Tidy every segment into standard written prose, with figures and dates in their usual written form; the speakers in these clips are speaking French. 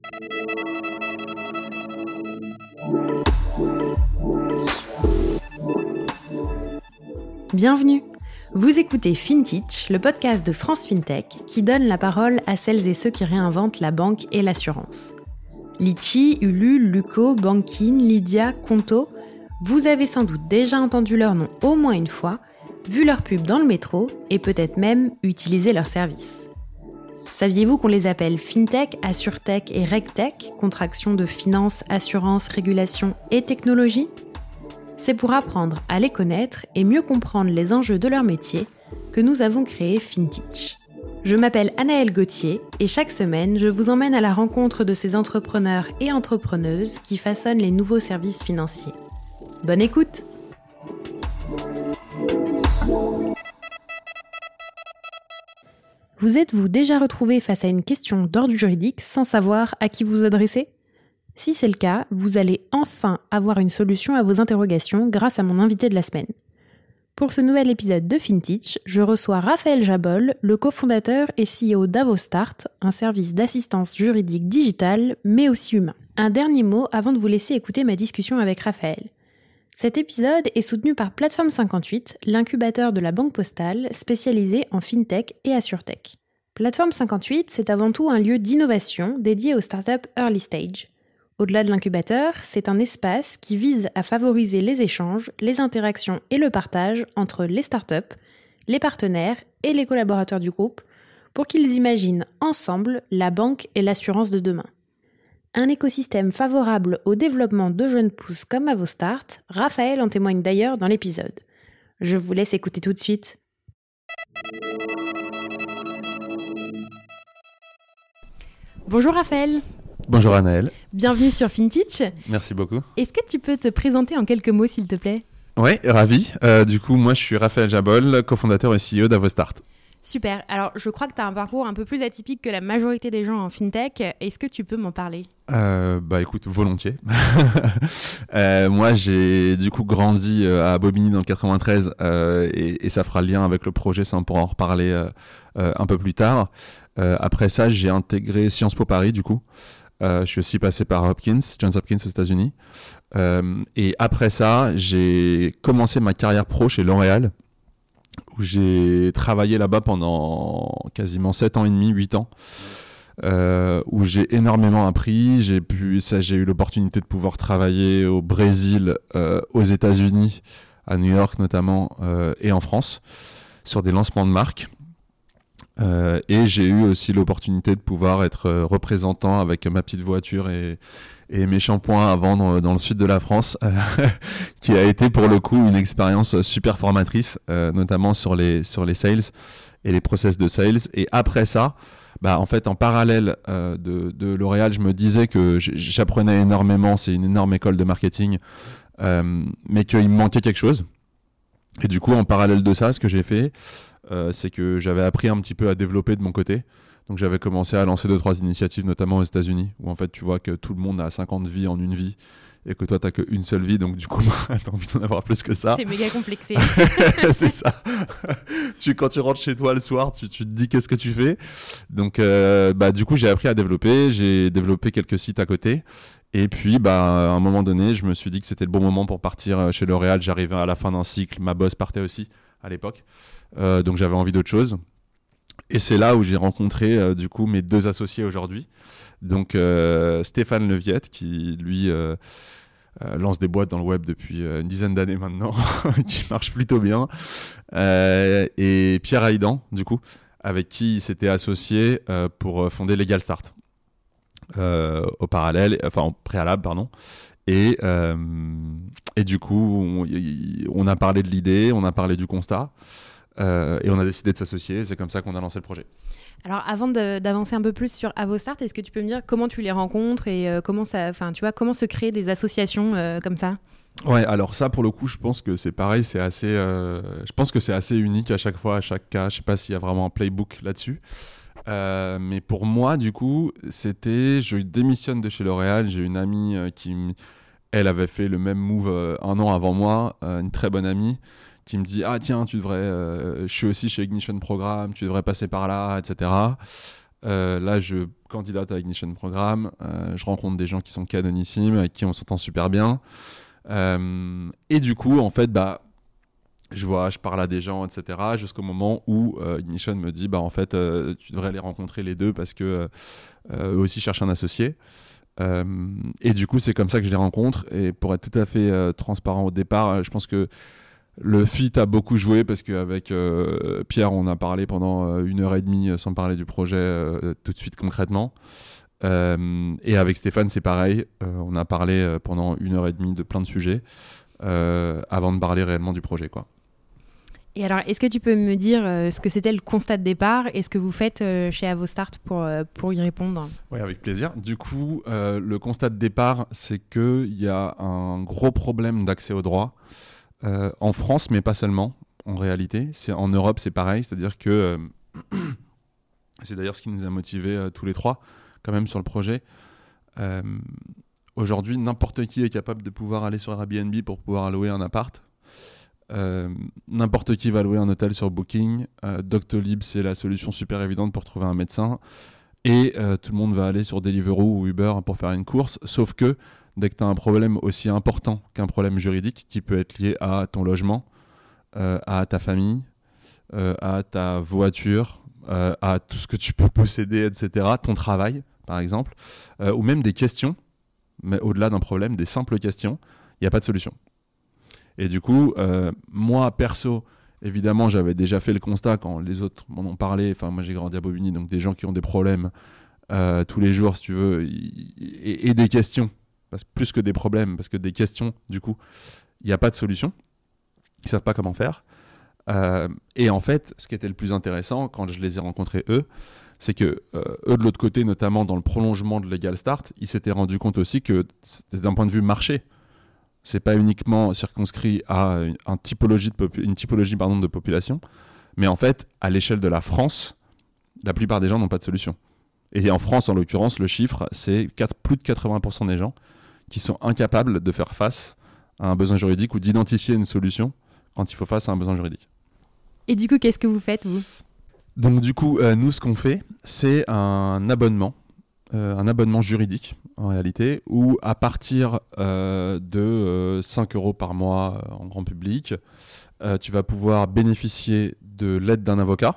Bienvenue! Vous écoutez FinTech, le podcast de France FinTech qui donne la parole à celles et ceux qui réinventent la banque et l'assurance. Litchi, Ulule, Luco, Bankin, Lydia, Conto, vous avez sans doute déjà entendu leur nom au moins une fois, vu leur pub dans le métro et peut-être même utilisé leurs services. Saviez-vous qu'on les appelle FinTech, AssureTech et RegTech, contraction de finance, assurance, régulation et technologie ? C'est pour apprendre à les connaître et mieux comprendre les enjeux de leur métier que nous avons créé FinTech. Je m'appelle Anaëlle Gauthier et chaque semaine, je vous emmène à la rencontre de ces entrepreneurs et entrepreneuses qui façonnent les nouveaux services financiers. Bonne écoute! Vous êtes-vous déjà retrouvé face à une question d'ordre juridique sans savoir à qui vous adresser ? Si c'est le cas, vous allez enfin avoir une solution à vos interrogations grâce à mon invité de la semaine. Pour ce nouvel épisode de FinTech, je reçois Raphaël Jabol, le cofondateur et CEO d'Avostart, un service d'assistance juridique digitale, mais aussi humain. Un dernier mot avant de vous laisser écouter ma discussion avec Raphaël. Cet épisode est soutenu par Plateforme 58, l'incubateur de la Banque Postale spécialisé en FinTech et AssureTech. Plateforme 58, c'est avant tout un lieu d'innovation dédié aux startups early stage. Au-delà de l'incubateur, c'est un espace qui vise à favoriser les échanges, les interactions et le partage entre les startups, les partenaires et les collaborateurs du groupe pour qu'ils imaginent ensemble la banque et l'assurance de demain. Un écosystème favorable au développement de jeunes pousses comme Avostart, Raphaël en témoigne d'ailleurs dans l'épisode. Je vous laisse écouter tout de suite. Bonjour Raphaël. Bonjour Anaëlle. Bienvenue sur FinTech. Merci beaucoup. Est-ce que tu peux te présenter en quelques mots s'il te plaît ? Oui, ravi. Du coup, moi je suis Raphaël Jabol, cofondateur et CEO d'Avostart. Super. Alors, je crois que tu as un parcours un peu plus atypique que la majorité des gens en FinTech. Est-ce que tu peux m'en parler ? Écoute, volontiers. Moi, j'ai du coup grandi à Bobigny dans le 93 et ça fera lien avec le projet, ça on pourra en reparler un peu plus tard. Après ça, j'ai intégré Sciences Po Paris du coup. Je suis aussi passé par Johns Hopkins aux États-Unis. Et après ça, j'ai commencé ma carrière pro chez L'Oréal, où j'ai travaillé là-bas pendant quasiment 7 ans et demi, 8 ans, où j'ai énormément appris. J'ai eu l'opportunité de pouvoir travailler au Brésil, aux États-Unis, à New York notamment, et en France, sur des lancements de marques. Et j'ai eu aussi l'opportunité de pouvoir être représentant avec ma petite voiture et mes shampoings à vendre dans le sud de la France, qui a été pour le coup une expérience super formatrice, notamment sur les sales et les process de sales. Et après ça, en fait, en parallèle de L'Oréal, je me disais que j'apprenais énormément, c'est une énorme école de marketing, mais qu'il me manquait quelque chose. Et du coup, en parallèle de ça, ce que j'ai fait, c'est que j'avais appris un petit peu à développer de mon côté. Donc j'avais commencé à lancer 2-3 initiatives, notamment aux États-Unis, où en fait tu vois que tout le monde a 50 vies en une vie et que toi t'as qu'une seule vie, donc du coup t'as envie d'en avoir plus que ça. T'es méga complexé. C'est ça. Quand tu rentres chez toi le soir, tu te dis qu'est-ce que tu fais. Donc du coup j'ai appris à développer, j'ai développé quelques sites à côté. Et puis à un moment donné, je me suis dit que c'était le bon moment pour partir chez L'Oréal. J'arrivais à la fin d'un cycle, ma boss partait aussi à l'époque. Donc j'avais envie d'autre chose. Et c'est là où j'ai rencontré du coup mes 2 associés aujourd'hui. Donc Stéphane Leviette qui lui lance des boîtes dans le web depuis une dizaine d'années maintenant, qui marche plutôt bien. Et Pierre Haïdan du coup, avec qui il s'était associé pour fonder Legal Start. Au préalable, pardon. Et du coup, on a parlé de l'idée, on a parlé du constat. Et on a décidé de s'associer, c'est comme ça qu'on a lancé le projet. Alors avant d'avancer un peu plus sur Avostart, est-ce que tu peux me dire comment tu les rencontres et comment se créer des associations comme ça ? Ouais, alors ça pour le coup, je pense que c'est pareil, c'est assez unique à chaque fois, à chaque cas. Je sais pas s'il y a vraiment un playbook là-dessus. Mais pour moi, du coup, je démissionne de chez L'Oréal. J'ai une amie elle avait fait le même move un an avant moi, une très bonne amie, qui me dit « Ah tiens, tu devrais, je suis aussi chez Ignition Programme, tu devrais passer par là, etc. » Là, je candidate à Ignition Programme. Je rencontre des gens qui sont canonissimes, avec qui on s'entend super bien. Et du coup, en fait, je parle à des gens, etc. Jusqu'au moment où Ignition me dit, en fait, tu devrais les rencontrer les deux parce que eux aussi cherchent un associé. Et du coup, c'est comme ça que je les rencontre. Et pour être tout à fait transparent au départ, je pense que le fit a beaucoup joué parce qu'avec Pierre, on a parlé pendant 1h30 sans parler du projet tout de suite concrètement. Et avec Stéphane, c'est pareil. On a parlé pendant 1h30 de plein de sujets avant de parler réellement du projet, quoi. Et alors, est-ce que tu peux me dire ce que c'était le constat de départ et ce que vous faites chez Avostart pour y répondre ? Oui, avec plaisir. Du coup, le constat de départ, c'est qu'il y a un gros problème d'accès au droit en France, mais pas seulement, en réalité. En Europe, c'est pareil. C'est-à-dire que c'est d'ailleurs ce qui nous a motivés tous les trois, quand même, sur le projet. Aujourd'hui, n'importe qui est capable de pouvoir aller sur Airbnb pour pouvoir louer un appart. N'importe qui va louer un hôtel sur Booking. Doctolib, c'est la solution super évidente pour trouver un médecin. Et tout le monde va aller sur Deliveroo ou Uber pour faire une course. Sauf que dès que tu as un problème aussi important qu'un problème juridique qui peut être lié à ton logement, à ta famille, à ta voiture, à tout ce que tu peux posséder, etc., ton travail, par exemple, ou même des questions, mais au-delà d'un problème, des simples questions, il n'y a pas de solution. Et du coup, moi, perso, évidemment, j'avais déjà fait le constat quand les autres m'en ont parlé. Enfin, moi, j'ai grandi à Bobigny, donc des gens qui ont des problèmes tous les jours, si tu veux, et des questions. Plus que des problèmes, parce que des questions, du coup, il n'y a pas de solution. Ils ne savent pas comment faire. Et en fait, ce qui était le plus intéressant, quand je les ai rencontrés, eux, c'est que eux, de l'autre côté, notamment dans le prolongement de Legal Start, ils s'étaient rendus compte aussi que, d'un point de vue marché, c'est pas uniquement circonscrit à une typologie de population, mais en fait, à l'échelle de la France, la plupart des gens n'ont pas de solution. Et en France, en l'occurrence, le chiffre, c'est plus de 80% des gens qui sont incapables de faire face à un besoin juridique ou d'identifier une solution quand il faut face à un besoin juridique. Et du coup, qu'est-ce que vous faites, vous ? Donc du coup, nous, ce qu'on fait, c'est un abonnement juridique, en réalité, où à partir de 5 € par mois en grand public, tu vas pouvoir bénéficier de l'aide d'un avocat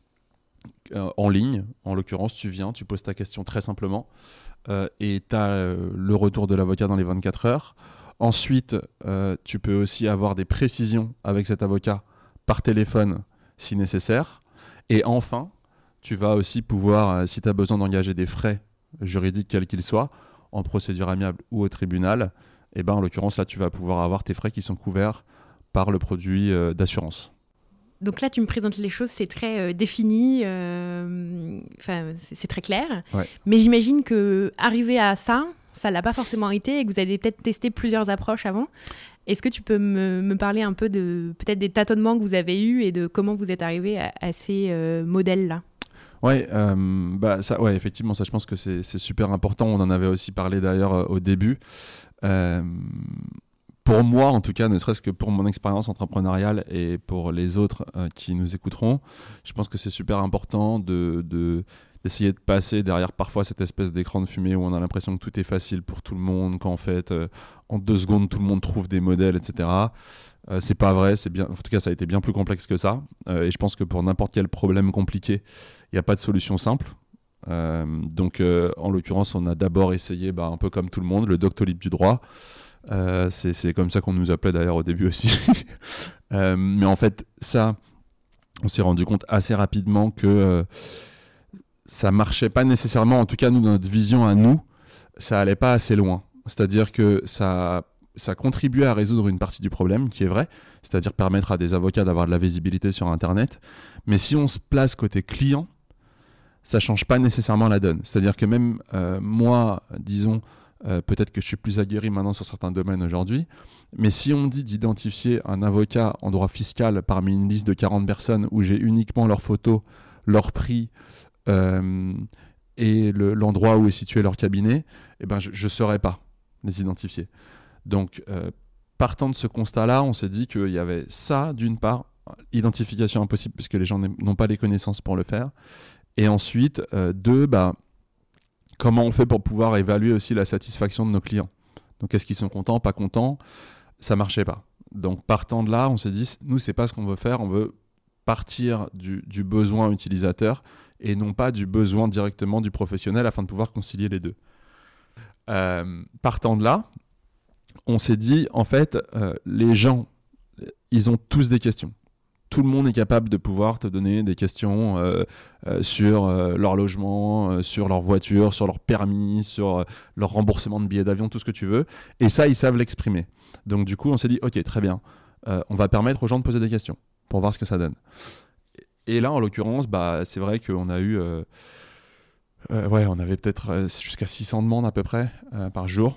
en ligne. En l'occurrence, tu poses ta question très simplement et tu as le retour de l'avocat dans les 24 heures. Ensuite, tu peux aussi avoir des précisions avec cet avocat par téléphone si nécessaire. Et enfin, tu vas aussi pouvoir, si tu as besoin d'engager des frais juridiques quels qu'ils soient, en procédure amiable ou au tribunal, et en l'occurrence, là, tu vas pouvoir avoir tes frais qui sont couverts par le produit d'assurance. Donc là, tu me présentes les choses, c'est très défini, c'est très clair. Ouais. Mais j'imagine qu'arriver à ça ne l'a pas forcément été et que vous avez peut-être testé plusieurs approches avant. Est-ce que tu peux me parler un peu peut-être des tâtonnements que vous avez eus et de comment vous êtes arrivé à ces modèles-là ? Ouais, effectivement, ça, je pense que c'est super important. On en avait aussi parlé d'ailleurs au début. Pour moi, en tout cas, ne serait-ce que pour mon expérience entrepreneuriale et pour les autres qui nous écouteront, je pense que c'est super important d'essayer de passer derrière parfois cette espèce d'écran de fumée où on a l'impression que tout est facile pour tout le monde, qu'en fait, en 2 secondes, tout le monde trouve des modèles, etc. C'est pas vrai, en tout cas, ça a été bien plus complexe que ça. Et je pense que pour n'importe quel problème compliqué, il n'y a pas de solution simple. Donc, en l'occurrence, on a d'abord essayé, un peu comme tout le monde, le Doctolib du droit. C'est comme ça qu'on nous appelait d'ailleurs au début aussi. Mais en fait, ça, on s'est rendu compte assez rapidement que ça marchait pas nécessairement, en tout cas, nous, dans notre vision à nous, ça allait pas assez loin. C'est-à-dire que ça contribuait à résoudre une partie du problème, qui est vrai, c'est-à-dire permettre à des avocats d'avoir de la visibilité sur Internet. Mais si on se place côté client, ça change pas nécessairement la donne. C'est-à-dire que même moi, disons, peut-être que je suis plus aguerri maintenant sur certains domaines aujourd'hui, mais si on me dit d'identifier un avocat en droit fiscal parmi une liste de 40 personnes où j'ai uniquement leurs photos, leur prix et l'endroit où est situé leur cabinet, je ne saurais pas les identifier. Donc, partant de ce constat-là, on s'est dit qu'il y avait ça, d'une part, identification impossible puisque les gens n'ont pas les connaissances pour le faire, Et ensuite, 2, comment on fait pour pouvoir évaluer aussi la satisfaction de nos clients. Donc, est-ce qu'ils sont contents, pas contents? Ça marchait pas. Donc, partant de là, on s'est dit, nous, c'est pas ce qu'on veut faire. On veut partir du besoin utilisateur et non pas du besoin directement du professionnel afin de pouvoir concilier les deux. Partant de là, on s'est dit, en fait, les gens, ils ont tous des questions. Tout le monde est capable de pouvoir te donner des questions sur leur logement, sur leur voiture, sur leur permis, sur leur remboursement de billets d'avion, tout ce que tu veux. Et ça, ils savent l'exprimer. Donc du coup, on s'est dit, ok, très bien, on va permettre aux gens de poser des questions pour voir ce que ça donne. Et là, en l'occurrence, c'est vrai qu'on a eu... on avait peut-être jusqu'à 600 demandes à peu près par jour.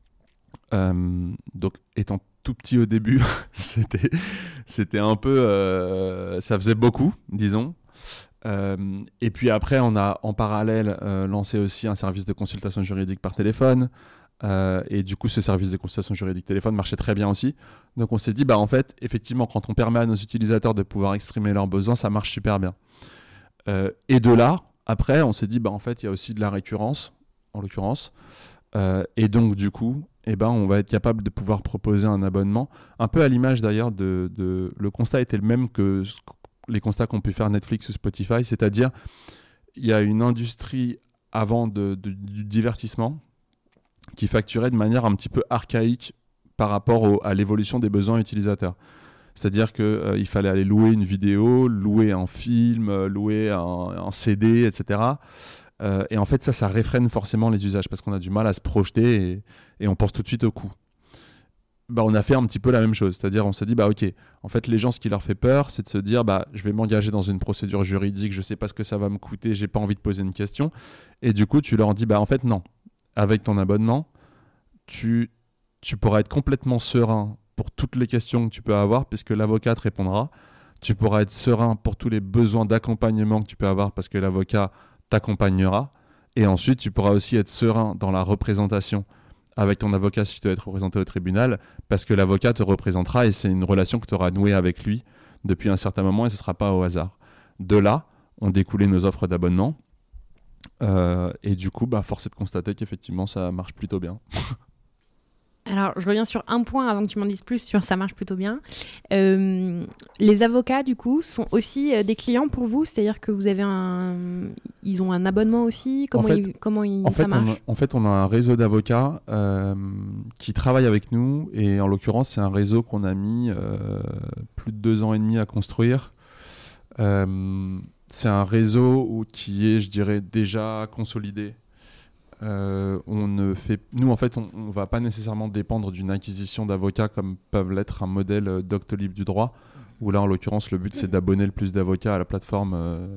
Donc, étant tout petit au début, c'était un peu... ça faisait beaucoup, disons. Et puis après, on a en parallèle lancé aussi un service de consultation juridique par téléphone. Et du coup, ce service de consultation juridique téléphone marchait très bien aussi. Donc, on s'est dit, en fait, effectivement, quand on permet à nos utilisateurs de pouvoir exprimer leurs besoins, ça marche super bien. Et de là, après, on s'est dit, en fait, il y a aussi de la récurrence, en l'occurrence. Et donc, du coup, on va être capable de pouvoir proposer un abonnement. Un peu à l'image, d'ailleurs, le constat était le même que les constats qu'ont pu faire Netflix ou Spotify. C'est-à-dire, il y a une industrie avant du divertissement qui facturait de manière un petit peu archaïque par rapport à l'évolution des besoins utilisateurs. C'est-à-dire qu'il fallait aller louer une vidéo, louer un film, louer un CD, etc. Et en fait, ça réfrène forcément les usages parce qu'on a du mal à se projeter et on pense tout de suite au coût. On a fait un petit peu la même chose. C'est-à-dire, on s'est dit, ok, en fait, les gens, ce qui leur fait peur, c'est de se dire, je vais m'engager dans une procédure juridique, je ne sais pas ce que ça va me coûter, je n'ai pas envie de poser une question. Et du coup, tu leur dis, en fait, non. Avec ton abonnement, tu pourras être complètement serein pour toutes les questions que tu peux avoir puisque l'avocat te répondra. Tu pourras être serein pour tous les besoins d'accompagnement que tu peux avoir parce que l'avocat t'accompagnera. Et ensuite, tu pourras aussi être serein dans la représentation avec ton avocat si tu dois être représenté au tribunal parce que l'avocat te représentera et c'est une relation que tu auras nouée avec lui depuis un certain moment et ce ne sera pas au hasard. De là, ont découlé nos offres d'abonnement. Et du coup, force est de constater qu'effectivement, ça marche plutôt bien. Alors, je reviens sur un point avant que tu m'en dises plus sur ça marche plutôt bien. Les avocats, du coup, sont aussi des clients pour vous? C'est-à-dire que vous avez ils ont un abonnement aussi? Comment ça marche? En fait, on a un réseau d'avocats qui travaillent avec nous. Et en l'occurrence, c'est un réseau qu'on a mis plus de 2 ans et demi à construire. C'est un réseau qui est, je dirais, déjà consolidé. Nous, en fait, on ne va pas nécessairement dépendre d'une acquisition d'avocats comme peuvent l'être un modèle Doctolib du droit, où là, en l'occurrence, le but, c'est d'abonner le plus d'avocats à la plateforme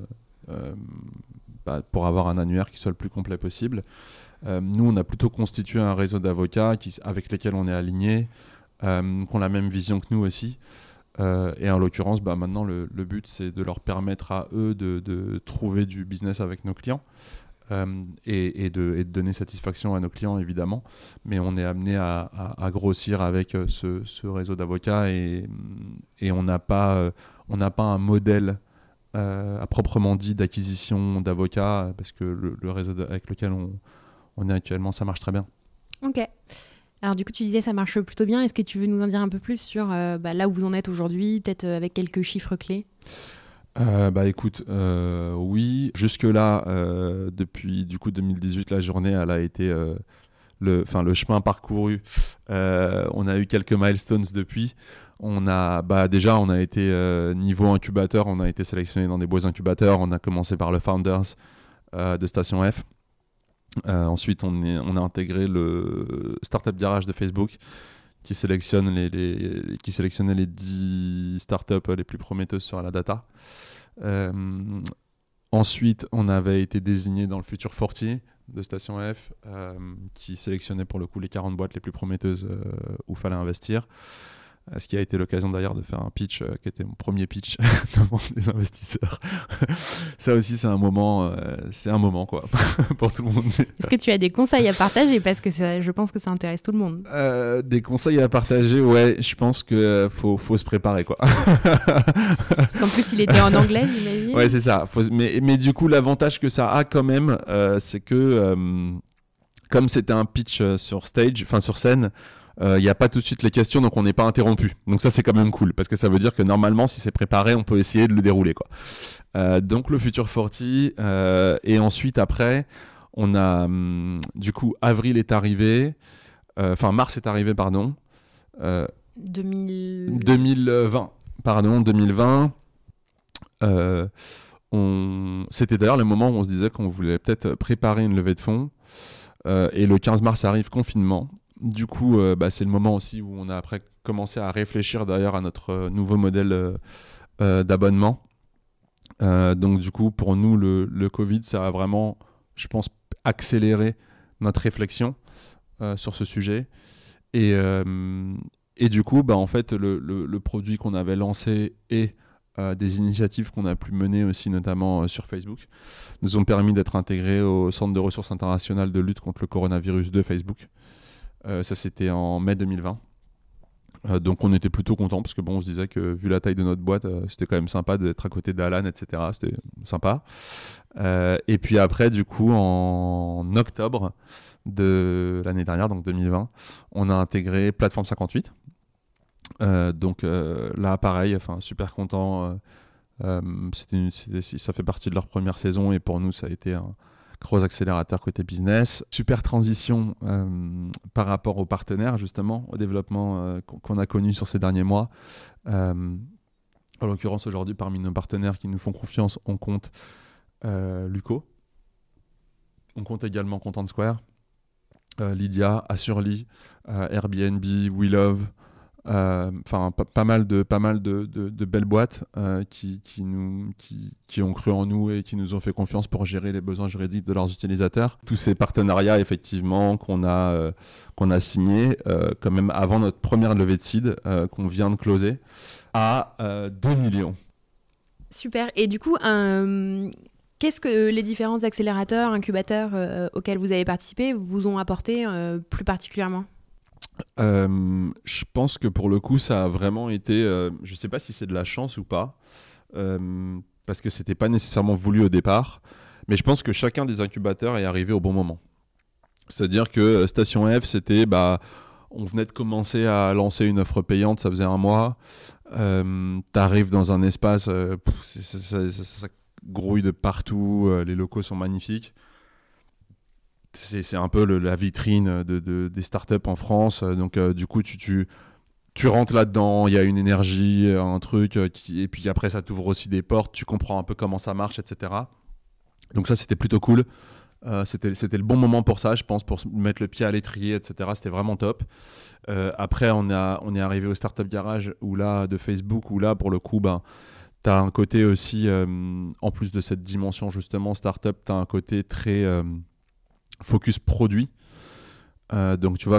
pour avoir un annuaire qui soit le plus complet possible. Nous, on a plutôt constitué un réseau d'avocats avec lesquels on est aligné, qui ont la même vision que nous aussi. Et en l'occurrence, maintenant, le but, c'est de leur permettre à eux de trouver du business avec nos clients. Et de donner satisfaction à nos clients évidemment, mais on est amené à grossir avec ce réseau d'avocats et on n'a pas un modèle à proprement dit d'acquisition d'avocats parce que le réseau avec lequel on est actuellement, ça marche très bien. Ok. Alors du coup, tu disais ça marche plutôt bien. Est-ce que tu veux nous en dire un peu plus sur là où vous en êtes aujourd'hui, peut-être avec quelques chiffres clés? Écoute, oui, jusque-là, depuis du coup 2018, la journée, elle a été le chemin parcouru. On a eu quelques milestones depuis. On a été niveau incubateur, on a été sélectionné dans des beaux incubateurs. On a commencé par le Founders de Station F. Ensuite, on a intégré le Startup Garage de Facebook qui sélectionnait les 10 startups les plus prometteuses sur la data. Ensuite, on avait été désigné dans le Future 40 de Station F, qui sélectionnait pour le coup les 40 boîtes les plus prometteuses où il fallait investir. Ce qui a été l'occasion d'ailleurs de faire un pitch qui était mon premier pitch devant des investisseurs. Ça aussi, c'est un moment quoi, pour tout le monde. Est-ce que tu as des conseils à partager? Parce que je pense que ça intéresse tout le monde. Des conseils à partager, ouais, je pense que faut se préparer, quoi. Parce qu'en plus, il était en anglais, j'imagine. Ouais, c'est ça. Mais du coup, l'avantage que ça a quand même, c'est que comme c'était un pitch sur scène, il n'y a pas tout de suite les questions, donc on n'est pas interrompu. Donc ça, c'est quand même cool, parce que ça veut dire que normalement, si c'est préparé, on peut essayer de le dérouler, quoi. Donc le Future 40, et ensuite après, on a du coup avril est arrivé, mars est arrivé, pardon. 2020, pardon, 2020. C'était d'ailleurs le moment où on se disait qu'on voulait peut-être préparer une levée de fonds. Et le 15 mars arrive confinement. Du coup, c'est le moment aussi où on a après commencé à réfléchir d'ailleurs à notre nouveau modèle d'abonnement. Donc du coup, pour nous, le Covid, ça a vraiment, je pense, accéléré notre réflexion sur ce sujet. Et du coup, en fait, le produit qu'on avait lancé et des initiatives qu'on a pu mener aussi, notamment sur Facebook, nous ont permis d'être intégrés au Centre de ressources internationales de lutte contre le coronavirus de Facebook. Ça, c'était en mai 2020. Donc on était plutôt contents parce que on se disait que vu la taille de notre boîte, c'était quand même sympa d'être à côté d'Alan, etc. C'était sympa. Et puis après, du coup, en octobre de l'année dernière, donc 2020, on a intégré Plateforme 58. Là, pareil, super content. Ça fait partie de leur première saison et pour nous, ça a été un gros accélérateur côté business. Super transition par rapport aux partenaires, justement, au développement qu'on a connu sur ces derniers mois. En l'occurrence, aujourd'hui, parmi nos partenaires qui nous font confiance, on compte Luco. On compte également Content Square, Lydia, Assurely, Airbnb, We Love. Pas mal de belles boîtes qui ont cru en nous et qui nous ont fait confiance pour gérer les besoins juridiques de leurs utilisateurs. Tous ces partenariats effectivement qu'on a signés quand même avant notre première levée de seed qu'on vient de closer à 2 millions. Super. Et du coup, qu'est-ce que les différents accélérateurs, incubateurs auxquels vous avez participé vous ont apporté plus particulièrement ? Je pense que pour le coup ça a vraiment été je sais pas si c'est de la chance ou pas parce que c'était pas nécessairement voulu au départ, mais je pense que chacun des incubateurs est arrivé au bon moment. C'est à dire que Station F, c'était on venait de commencer à lancer une offre payante, ça faisait 1 mois. T'arrives dans un espace, ça grouille de partout, les locaux sont magnifiques. C'est un peu la vitrine des startups en France. Donc, du coup, tu rentres là-dedans, il y a une énergie, un truc, et puis après, ça t'ouvre aussi des portes, tu comprends un peu comment ça marche, etc. Donc ça, c'était plutôt cool. C'était le bon moment pour ça, je pense, pour mettre le pied à l'étrier, etc. C'était vraiment top. Après, on est arrivé au Startup Garage de Facebook, où là, pour le coup, tu as un côté aussi, en plus de cette dimension justement startup, tu as un côté très... focus produit. Donc tu vois,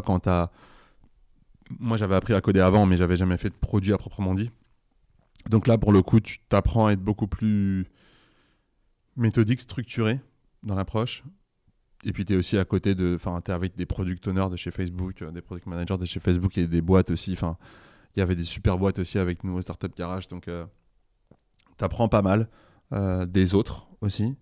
moi j'avais appris à coder avant, mais j'avais jamais fait de produit à proprement dit. Donc là pour le coup tu t'apprends à être beaucoup plus méthodique, structuré dans l'approche. Et puis tu es aussi à côté t'es avec des product owners de chez Facebook, des product managers de chez Facebook et des boîtes aussi. Il y avait des super boîtes aussi avec nous au Startup Garage. Donc t'apprends pas mal des autres aussi.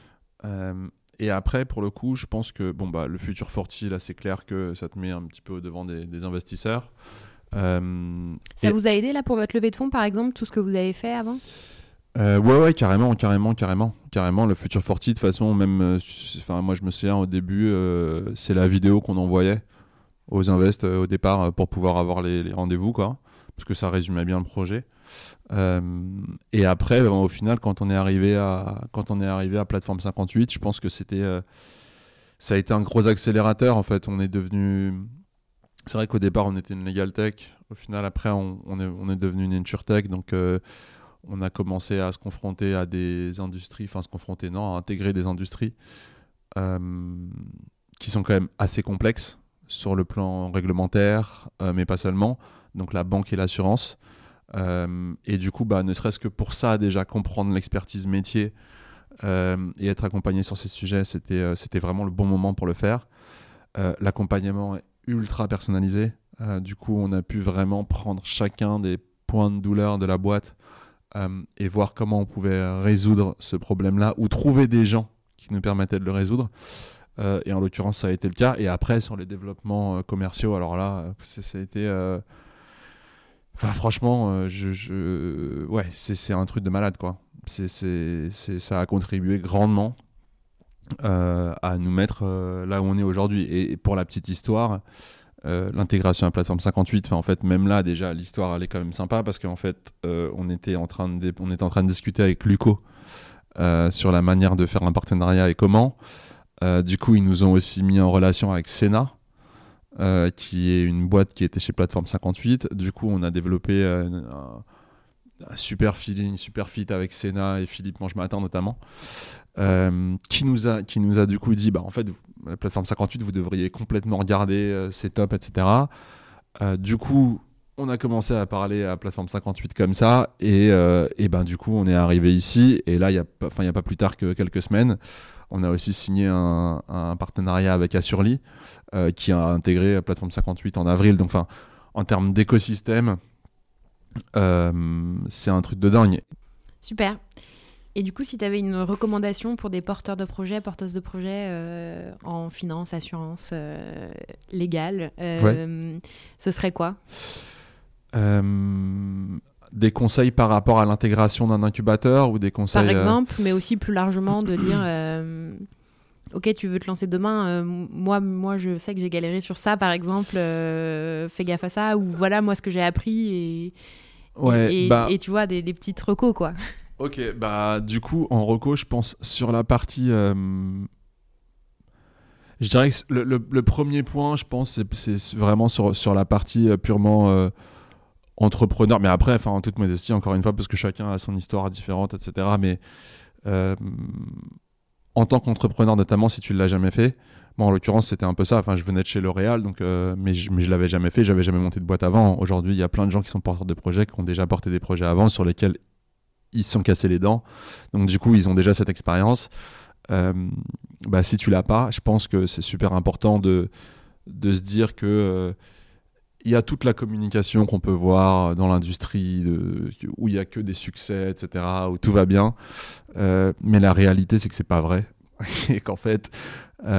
Et après, pour le coup, je pense que le Future 40, là, c'est clair que ça te met un petit peu au devant des investisseurs. Ça vous a aidé là pour votre levée de fonds, par exemple, tout ce que vous avez fait avant ? Ouais, carrément. Le Future 40, de toute façon, même, moi, je me souviens au début, c'est la vidéo qu'on envoyait aux invests au départ pour pouvoir avoir les rendez-vous, quoi, parce que ça résumait bien le projet. Et après, au final, quand on est arrivé à Plateforme 58, je pense que ça a été un gros accélérateur. En fait, c'est vrai qu'au départ, on était une legal tech. Au final, après, on est devenu une insurtech. Donc, on a commencé à se confronter à des industries, à intégrer des industries qui sont quand même assez complexes sur le plan réglementaire, mais pas seulement. donc la banque et l'assurance. Et du coup, ne serait-ce que pour ça, déjà comprendre l'expertise métier et être accompagné sur ces sujets, c'était vraiment le bon moment pour le faire. L'accompagnement est ultra personnalisé. Du coup, on a pu vraiment prendre chacun des points de douleur de la boîte et voir comment on pouvait résoudre ce problème-là ou trouver des gens qui nous permettaient de le résoudre. Et en l'occurrence, ça a été le cas. Et après, sur les développements commerciaux, alors là, ça a été... franchement, ouais, c'est un truc de malade, quoi. Ça a contribué grandement à nous mettre là où on est aujourd'hui. Et pour la petite histoire, l'intégration à la plateforme 58, en fait, même là, déjà, l'histoire, elle est quand même sympa parce qu'en fait, on était en train de discuter avec Luco sur la manière de faire un partenariat et comment. Du coup, ils nous ont aussi mis en relation avec Sena, qui est une boîte qui était chez Plateforme 58. Du coup, on a développé un super feeling, super fit avec Sena et Philippe Mange-Matin notamment, qui nous a du coup dit en fait, la Plateforme 58, vous devriez complètement regarder, c'est top, etc. Du coup, on a commencé à parler à Plateforme 58 comme ça, et du coup, on est arrivé ici, et là, il y a pas plus tard que quelques semaines, on a aussi signé un partenariat avec Assurly, qui a intégré Plateforme 58 en avril. Donc, en termes d'écosystème, c'est un truc de dingue. Super. Et du coup, si tu avais une recommandation pour des porteurs de projets, porteuses de projets en finance, assurance, légal, ce serait quoi ? Des conseils par rapport à l'intégration d'un incubateur ou des conseils... Par exemple, mais aussi plus largement de dire... Ok, tu veux te lancer demain, moi je sais que j'ai galéré sur ça, par exemple, fais gaffe à ça, ou voilà moi ce que j'ai appris, et tu vois, des petites recos, quoi. Ok, du coup, en reco, je pense sur la partie... je dirais que le premier point, je pense, c'est vraiment sur la partie purement entrepreneur, mais après, en toute modestie, encore une fois, parce que chacun a son histoire différente, etc., mais... en tant qu'entrepreneur, notamment si tu ne l'as jamais fait, moi en l'occurrence c'était un peu ça, je venais de chez L'Oréal, donc, mais je ne l'avais jamais fait, j'avais jamais monté de boîte avant. Aujourd'hui il y a plein de gens qui sont porteurs de projets, qui ont déjà porté des projets avant, sur lesquels ils se sont cassés les dents, donc du coup ils ont déjà cette expérience. Si tu l'as pas, je pense que c'est super important de se dire que il y a toute la communication qu'on peut voir dans l'industrie, où il n'y a que des succès, etc., où tout va bien. Mais la réalité, c'est que ce n'est pas vrai. Et qu'en fait, tout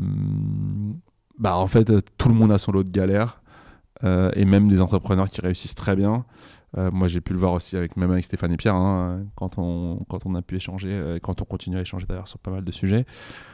le monde a son lot de galères. Et même des entrepreneurs qui réussissent très bien. Moi, j'ai pu le voir aussi même avec Stéphane et Pierre, quand on a pu échanger, quand on continue à échanger d'ailleurs sur pas mal de sujets.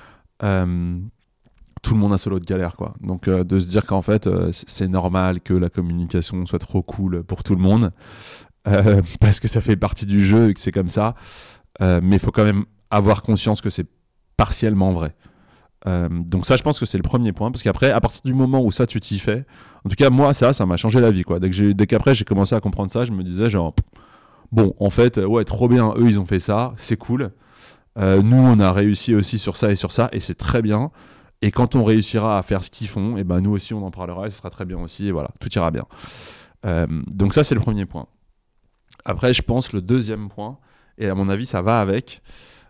Tout le monde a son lot de galère, quoi. Donc de se dire qu'en fait c'est normal que la communication soit trop cool pour tout le monde, parce que ça fait partie du jeu et que c'est comme ça, mais il faut quand même avoir conscience que c'est partiellement vrai. Donc ça, je pense que c'est le premier point, parce qu'après, à partir du moment où ça tu t'y fais, en tout cas moi ça m'a changé la vie, quoi. Dès qu'après j'ai commencé à comprendre ça, je me disais genre bon, en fait ouais, trop bien, eux ils ont fait ça, c'est cool, nous on a réussi aussi sur ça, et c'est très bien. Et quand on réussira à faire ce qu'ils font, et nous aussi on en parlera, et ce sera très bien aussi, et voilà, tout ira bien. Donc ça c'est le premier point. Après je pense le deuxième point, et à mon avis ça va avec,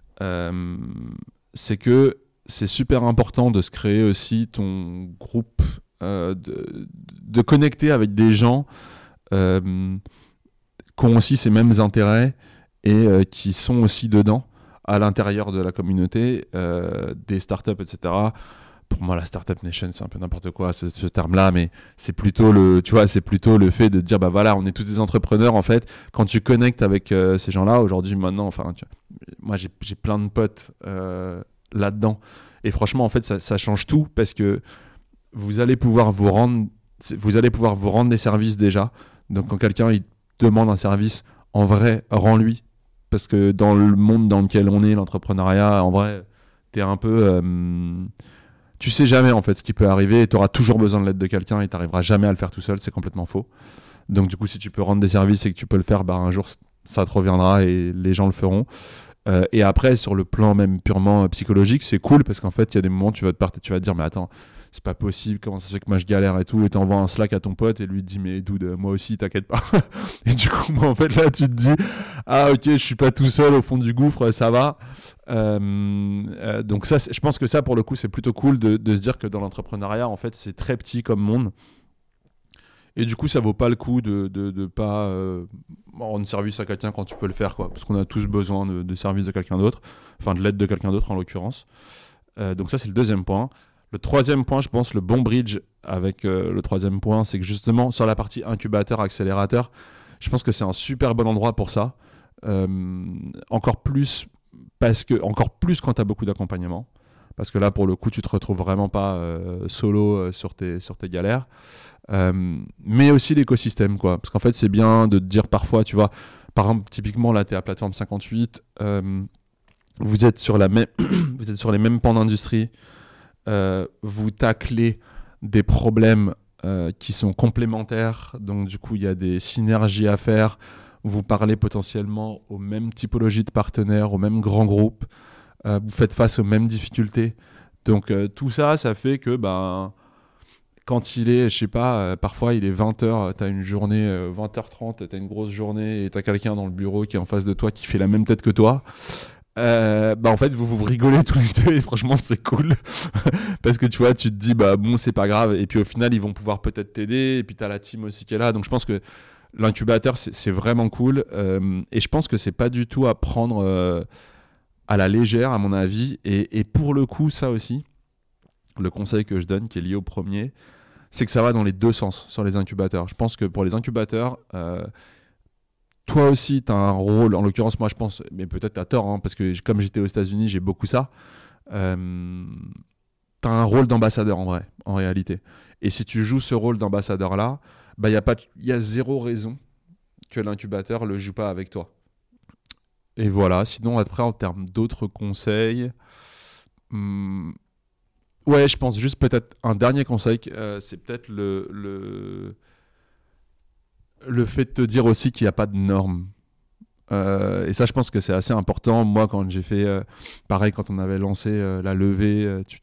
c'est que c'est super important de se créer aussi ton groupe, de connecter avec des gens qui ont aussi ces mêmes intérêts et qui sont aussi dedans, à l'intérieur de la communauté, des startups, etc. Pour moi, la Startup Nation, c'est un peu n'importe quoi, ce terme-là, mais c'est plutôt le fait de dire, voilà, on est tous des entrepreneurs, en fait. Quand tu connectes avec ces gens-là, aujourd'hui, maintenant, moi, j'ai plein de potes là-dedans. Et franchement, en fait, ça change tout, parce que vous allez pouvoir vous rendre des services déjà. Donc, quand quelqu'un il demande un service, en vrai, rends-lui. Parce que dans le monde dans lequel on est, l'entrepreneuriat, en vrai, t'es un peu... tu sais jamais en fait ce qui peut arriver, et tu auras toujours besoin de l'aide de quelqu'un, et tu n'arriveras jamais à le faire tout seul, c'est complètement faux. Donc du coup, si tu peux rendre des services et que tu peux le faire, un jour, ça te reviendra et les gens le feront. Et après, sur le plan même purement psychologique, c'est cool, parce qu'en fait, il y a des moments où tu vas te dire, mais attends, c'est pas possible, comment ça se fait que moi je galère et tout, et t'envoies un Slack à ton pote et lui te dit mais dude, moi aussi, t'inquiète pas. Et du coup, moi en fait là tu te dis ah ok, je suis pas tout seul au fond du gouffre, ça va. Donc ça, je pense que ça pour le coup c'est plutôt cool de se dire que dans l'entrepreneuriat en fait c'est très petit comme monde. Et du coup, ça vaut pas le coup de pas rendre service à quelqu'un quand tu peux le faire, quoi. Parce qu'on a tous besoin de service de quelqu'un d'autre, enfin de l'aide de quelqu'un d'autre en l'occurrence. Donc ça, c'est le deuxième point. Le troisième point, je pense, le bon bridge avec le troisième point, c'est que justement, sur la partie incubateur, accélérateur, je pense que c'est un super bon endroit pour ça. Encore plus quand tu as beaucoup d'accompagnement. Parce que là, pour le coup, tu te retrouves vraiment pas solo sur tes galères. Mais aussi l'écosystème, quoi. Parce qu'en fait, c'est bien de te dire parfois, tu vois, par exemple, typiquement, là, tu es à plateforme 58, vous êtes sur vous êtes sur les mêmes pans d'industrie, vous taclez des problèmes qui sont complémentaires, donc du coup, il y a des synergies à faire, vous parlez potentiellement aux mêmes typologies de partenaires, aux mêmes grands groupes, vous faites face aux mêmes difficultés. Donc tout ça, ça fait que quand il est, je sais pas, parfois il est 20h, tu as une journée, 20h30, tu as une grosse journée et tu as quelqu'un dans le bureau qui est en face de toi qui fait la même tête que toi. En fait vous rigolez tous les deux et franchement c'est cool parce que tu vois, tu te dis bon, c'est pas grave, et puis au final ils vont pouvoir peut-être t'aider, et puis tu as la team aussi qui est là. Donc je pense que l'incubateur c'est vraiment cool, et je pense que c'est pas du tout à prendre à la légère à mon avis, et pour le coup ça aussi, le conseil que je donne qui est lié au premier, c'est que ça va dans les deux sens sur les incubateurs. Je pense que pour les incubateurs, toi aussi tu as un rôle, en l'occurrence moi je pense, mais peut-être tu as tort, parce que comme j'étais aux États-Unis j'ai beaucoup ça, tu as un rôle d'ambassadeur en réalité, et si tu joues ce rôle d'ambassadeur là, il y a zéro raison que l'incubateur le joue pas avec toi. Et voilà, sinon après en termes d'autres conseils, ouais, je pense juste peut-être un dernier conseil, c'est peut-être le fait de te dire aussi qu'il n'y a pas de normes. Et ça, je pense que c'est assez important. Moi, quand j'ai fait pareil, quand on avait lancé la levée, tu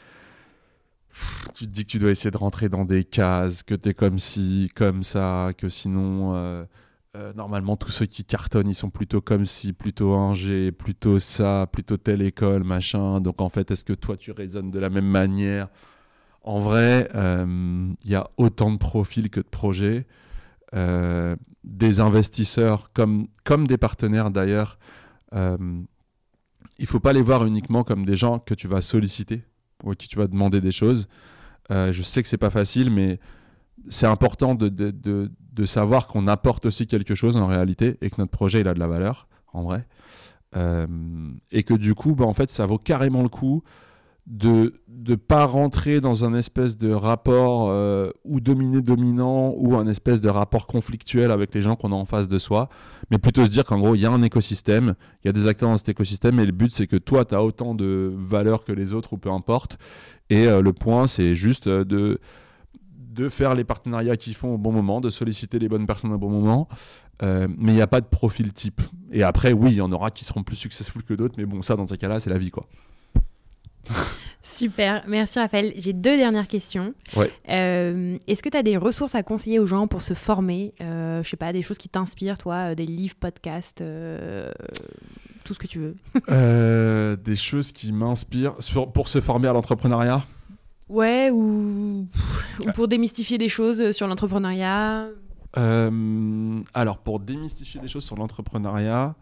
te dis que tu dois essayer de rentrer dans des cases, que tu es comme ci, comme ça, que sinon, normalement, tous ceux qui cartonnent, ils sont plutôt comme ci, plutôt ingé, plutôt ça, plutôt telle école, machin. Donc, en fait, est-ce que toi, tu raisonnes de la même manière ? En vrai, y a autant de profils que de projets. Des investisseurs comme des partenaires d'ailleurs, il faut pas les voir uniquement comme des gens que tu vas solliciter ou à qui tu vas demander des choses. Je sais que c'est pas facile, mais c'est important de savoir qu'on apporte aussi quelque chose en réalité, et que notre projet il a de la valeur en vrai, et que du coup en fait ça vaut carrément le coup de pas rentrer dans un espèce de rapport ou dominé-dominant, ou un espèce de rapport conflictuel avec les gens qu'on a en face de soi, mais plutôt se dire qu'en gros il y a un écosystème, il y a des acteurs dans cet écosystème, et le but c'est que toi tu as autant de valeur que les autres, ou peu importe, et le point c'est juste de faire les partenariats qu'ils font au bon moment, de solliciter les bonnes personnes au bon moment, mais il n'y a pas de profil type. Et après oui, il y en aura qui seront plus successful que d'autres, mais bon, ça dans ces cas-là c'est la vie, quoi. Super, merci Raphaël. J'ai 2 dernières questions. Ouais. Est-ce que tu as des ressources à conseiller aux gens pour se former ? Je sais pas, des choses qui t'inspirent, toi, des livres, podcasts, tout ce que tu veux. Des choses qui m'inspirent pour se former à l'entrepreneuriat ? Ouais, ou pour démystifier des choses sur l'entrepreneuriat. Alors, pour démystifier des choses sur l'entrepreneuriat,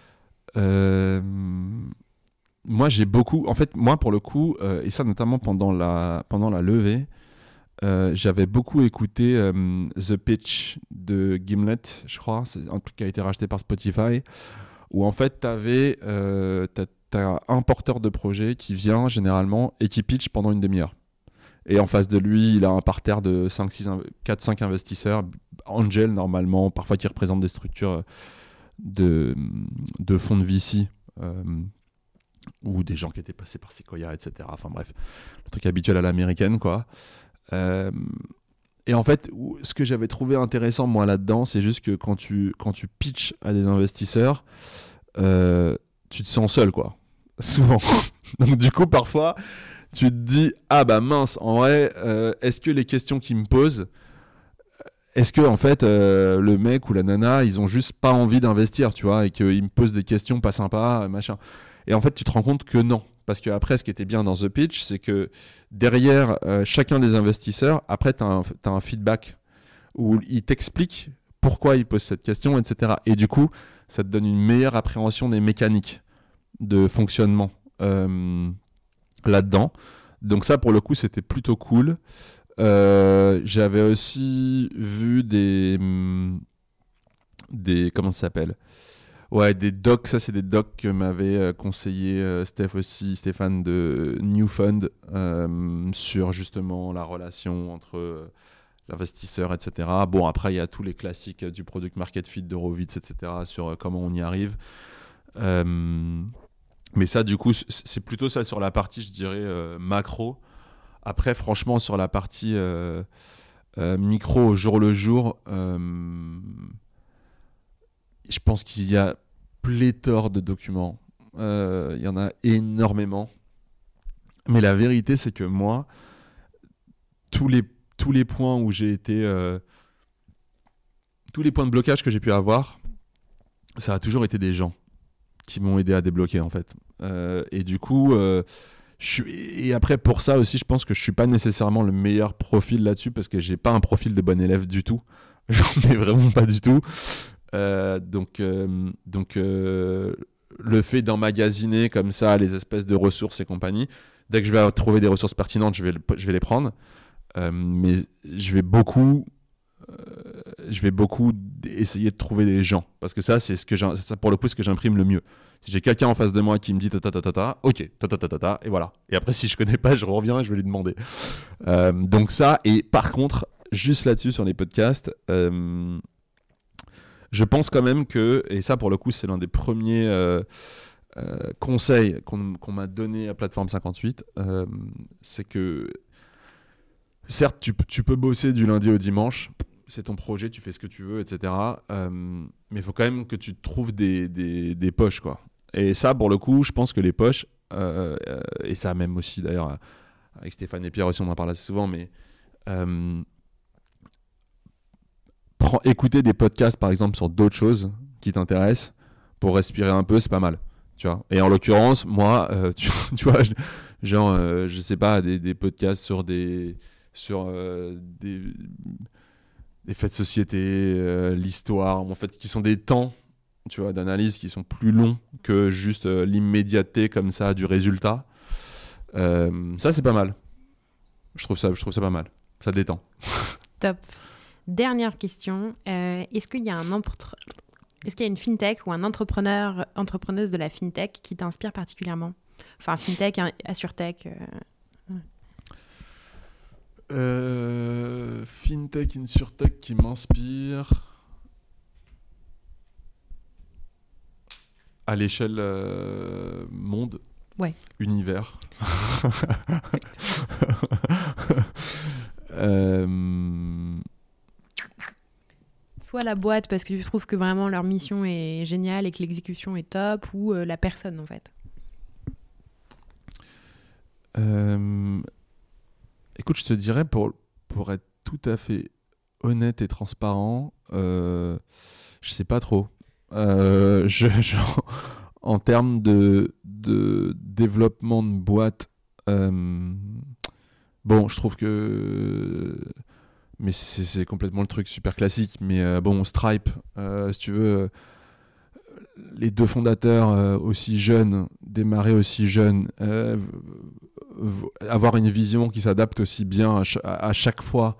moi j'ai beaucoup, en fait moi pour le coup, et ça notamment pendant la levée, j'avais beaucoup écouté The Pitch de Gimlet, je crois, c'est un truc qui a été racheté par Spotify, où en fait t'as un porteur de projet qui vient généralement et qui pitch pendant une demi-heure, et en face de lui il a un parterre de 4-5 investisseurs, angel normalement, parfois qui représentent des structures de fonds de VC, ou des gens qui étaient passés par Sequoia, etc. Enfin bref, le truc habituel à l'américaine, quoi. Et en fait, ce que j'avais trouvé intéressant, moi, là-dedans, c'est juste que quand tu pitches à des investisseurs, tu te sens seul, quoi. Souvent. Donc du coup, parfois, tu te dis ah bah mince, en vrai, est-ce que les questions qu'ils me posent, est-ce que en fait le mec ou la nana, ils ont juste pas envie d'investir, tu vois, et qu'ils me posent des questions pas sympas, machin. Et en fait, tu te rends compte que non. Parce que après, ce qui était bien dans The Pitch, c'est que derrière chacun des investisseurs, après, tu as un feedback où ils t'expliquent pourquoi ils posent cette question, etc. Et du coup, ça te donne une meilleure appréhension des mécaniques de fonctionnement là-dedans. Donc ça, pour le coup, c'était plutôt cool. J'avais aussi vu des comment ça s'appelle? Ouais, des docs, ça c'est des docs que m'avait conseillé Stéphane de New Fund sur justement la relation entre l'investisseur, etc. Bon, après il y a tous les classiques du product market fit d'Horowitz, etc. sur comment on y arrive. Mais ça, du coup, c'est plutôt ça sur la partie, je dirais, macro. Après, franchement, sur la partie micro au jour le jour, je pense qu'il y a pléthore de documents. Il y en a énormément. Mais la vérité, c'est que moi, tous les points où j'ai été... tous les points de blocage que j'ai pu avoir, ça a toujours été des gens qui m'ont aidé à débloquer, en fait. Et du coup... et après, pour ça aussi, je pense que je suis pas nécessairement le meilleur profil là-dessus parce que j'ai pas un profil de bon élève du tout. J'en ai vraiment pas du tout. Donc, le fait d'emmagasiner comme ça les espèces de ressources et compagnie, dès que je vais trouver des ressources pertinentes, je vais les prendre. Mais je vais beaucoup essayer de trouver des gens parce que ça, c'est ça pour le coup ce que j'imprime le mieux. Si j'ai quelqu'un en face de moi qui me dit ok, et voilà. Et après, si je connais pas, je reviens et je vais lui demander. Donc ça, et par contre, juste là-dessus sur les podcasts, je pense quand même que, et ça pour le coup, c'est l'un des premiers conseils qu'on m'a donné à Plateforme 58, c'est que certes, tu peux bosser du lundi au dimanche, c'est ton projet, tu fais ce que tu veux, etc. Mais il faut quand même que tu te trouves des poches, quoi. Et ça, pour le coup, je pense que les poches, et ça même aussi d'ailleurs, avec Stéphane et Pierre aussi, on en parle assez souvent, mais écouter des podcasts, par exemple, sur d'autres choses qui t'intéressent, pour respirer un peu, c'est pas mal. Tu vois. Et en l'occurrence, moi, tu vois, je sais pas, des podcasts sur des faits de société, l'histoire, en fait, qui sont des temps, tu vois, d'analyse qui sont plus longs que juste l'immédiateté comme ça du résultat. Ça, c'est pas mal. Je trouve ça pas mal. Ça détend. Top. Dernière question. Est-ce qu'il y a une fintech ou un entrepreneuse de la fintech qui t'inspire particulièrement? Enfin, fintech, assurtech. Fintech, insurtech qui m'inspire à l'échelle monde, ouais. Univers. Soit la boîte parce que tu trouves que vraiment leur mission est géniale et que l'exécution est top, ou la personne en fait. Écoute, je te dirais, pour être tout à fait honnête et transparent, je sais pas trop. En termes de développement de boîte, bon, je trouve que... Mais c'est complètement le truc super classique. Mais bon, Stripe, si tu veux... les deux fondateurs aussi jeunes, démarrer aussi jeunes, avoir une vision qui s'adapte aussi bien à chaque fois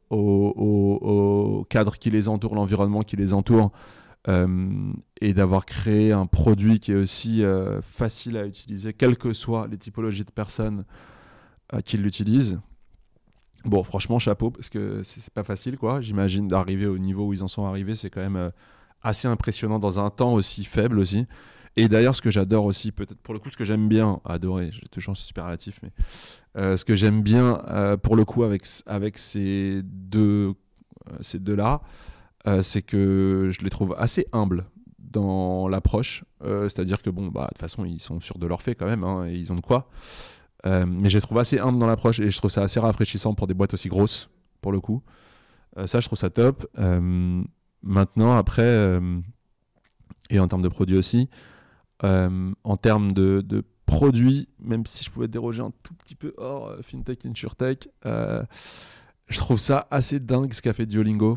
au cadre qui les entoure, l'environnement qui les entoure, et d'avoir créé un produit qui est aussi facile à utiliser, quelles que soient les typologies de personnes qui l'utilisent. Bon, franchement, chapeau, parce que c'est pas facile, quoi. J'imagine d'arriver au niveau où ils en sont arrivés, c'est quand même... assez impressionnant dans un temps aussi faible aussi. Et d'ailleurs, ce que j'adore aussi, peut-être pour le coup, ce que j'aime bien, adorer, j'ai toujours super relatif, mais ce que j'aime bien pour le coup avec ces deux-là, c'est que je les trouve assez humbles dans l'approche. C'est-à-dire que bon, bah de toute façon, ils sont sûrs de leur fait quand même, hein, et ils ont de quoi. Mais j'ai trouvé assez humble dans l'approche et je trouve ça assez rafraîchissant pour des boîtes aussi grosses, pour le coup. Ça, je trouve ça top. Maintenant, après, et en termes de produits aussi, en termes de produits, même si je pouvais déroger un tout petit peu hors FinTech, InsurTech, je trouve ça assez dingue ce qu'a fait Duolingo.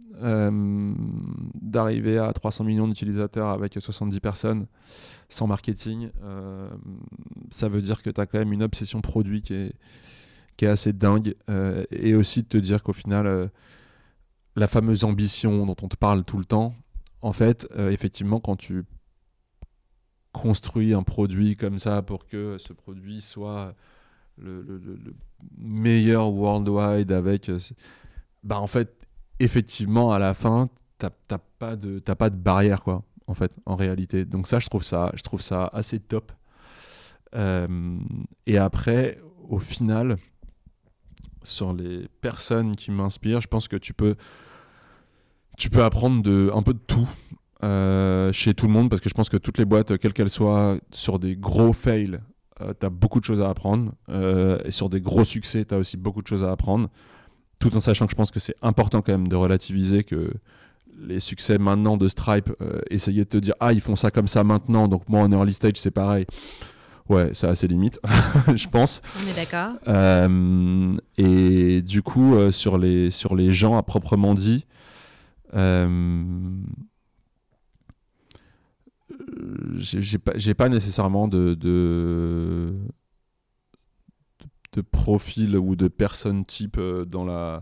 D'arriver à 300 millions d'utilisateurs avec 70 personnes sans marketing, ça veut dire que tu as quand même une obsession produit qui est assez dingue, et aussi de te dire qu'au final la fameuse ambition dont on te parle tout le temps, en fait, effectivement, quand tu construis un produit comme ça pour que ce produit soit le meilleur worldwide avec en fait, effectivement, à la fin, t'as pas de barrière, quoi, en fait, en réalité. Donc ça, je trouve ça assez top. Et après, au final, sur les personnes qui m'inspirent, je pense que tu peux apprendre un peu de tout chez tout le monde, parce que je pense que toutes les boîtes, quelles qu'elles soient, sur des gros fails, t'as beaucoup de choses à apprendre. Et sur des gros succès, t'as aussi beaucoup de choses à apprendre. Tout en sachant que je pense que c'est important quand même de relativiser que les succès maintenant de Stripe, essayer de te dire ils font ça comme ça maintenant, donc moi en early stage c'est pareil. Ouais, ça a ses limites, je pense. On est d'accord. Et du coup, sur les gens à proprement dit, j'ai pas nécessairement de profil ou de personne type dans la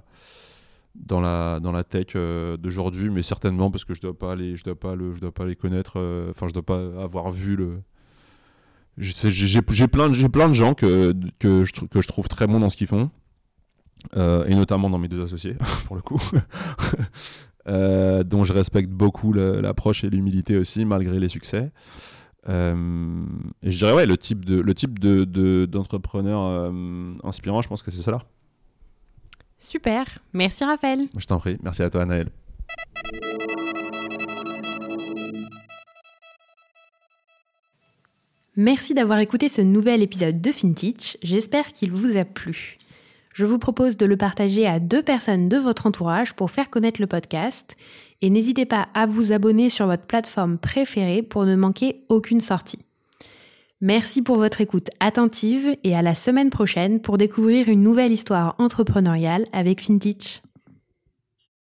tech d'aujourd'hui, mais certainement parce que je dois pas les connaître, je dois pas avoir vu j'ai plein de gens que je trouve très bons dans ce qu'ils font, et notamment dans mes deux associés pour le coup, dont je respecte beaucoup l'approche et l'humilité aussi malgré les succès. Et je dirais le type d'entrepreneur inspirant, je pense que c'est ça là. Super, merci Raphaël. Je t'en prie, merci à toi Anaëlle. Merci d'avoir écouté ce nouvel épisode de FinTech, j'espère qu'il vous a plu. Je vous propose de le partager à 2 personnes de votre entourage pour faire connaître le podcast, et n'hésitez pas à vous abonner sur votre plateforme préférée pour ne manquer aucune sortie. Merci pour votre écoute attentive et à la semaine prochaine pour découvrir une nouvelle histoire entrepreneuriale avec FinTech.